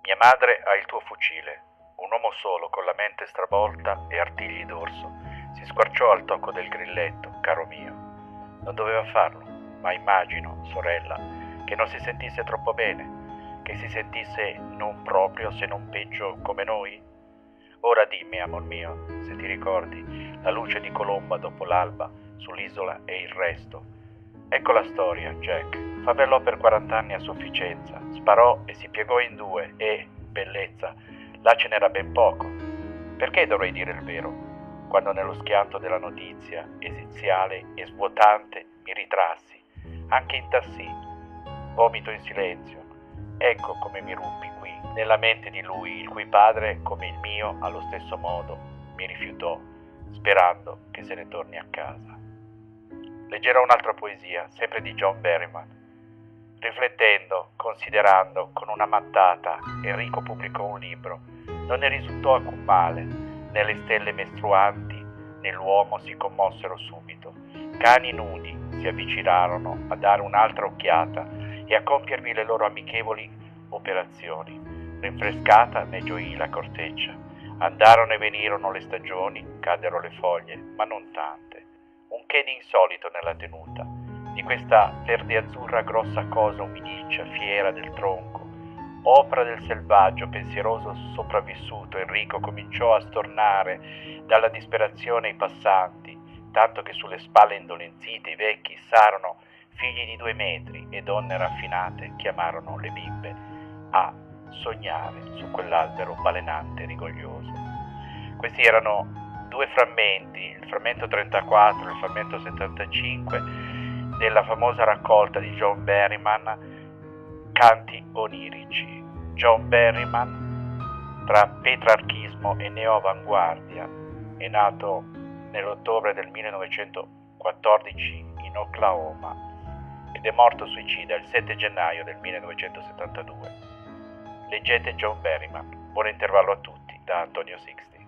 Mia madre ha il tuo fucile. Un uomo solo, con la mente stravolta e artigli d'orso, si squarciò al tocco del grilletto, caro mio. Non doveva farlo, ma immagino, sorella, che non si sentisse troppo bene, che si sentisse non proprio se non peggio come noi. Ora dimmi, amor mio, se ti ricordi, la luce di colomba dopo l'alba, sull'isola e il resto. Ecco la storia, Jack. Favellò per 40 anni a sufficienza, sparò e si piegò in due e, bellezza, là ce n'era ben poco. Perché dovrei dire il vero, quando nello schianto della notizia, esiziale e svuotante, mi ritrassi, anche in tassì, vomito in silenzio. Ecco come mi ruppi qui, nella mente di lui, il cui padre, come il mio, allo stesso modo, mi rifiutò, sperando che se ne torni a casa. Leggerò un'altra poesia, sempre di John Berryman. Riflettendo, considerando, con una mattata, Enrico pubblicò un libro. Non ne risultò alcun male, né le stelle mestruanti né l'uomo si commossero subito. Cani nudi si avvicinarono a dare un'altra occhiata e a compiervi le loro amichevoli operazioni. Rinfrescata ne gioì la corteccia. Andarono e venirono le stagioni, caddero le foglie, ma non tante. Un che di insolito nella tenuta di questa verde azzurra grossa cosa umidiccia, fiera del tronco, opera del selvaggio pensieroso sopravvissuto. Enrico cominciò a stornare dalla disperazione i passanti, tanto che sulle spalle indolenzite i vecchi sarono figli di 2 metri e donne raffinate chiamarono le bimbe a sognare su quell'albero balenante e rigoglioso. Questi erano 2 frammenti, il frammento 34 e il frammento 75 della famosa raccolta di John Berryman, Canti onirici. John Berryman, tra petrarchismo e neoavanguardia, è nato nell'ottobre del 1914 in Oklahoma ed è morto suicida il 7 gennaio del 1972. Leggete John Berryman. Buon intervallo a tutti da Antonio Sixti.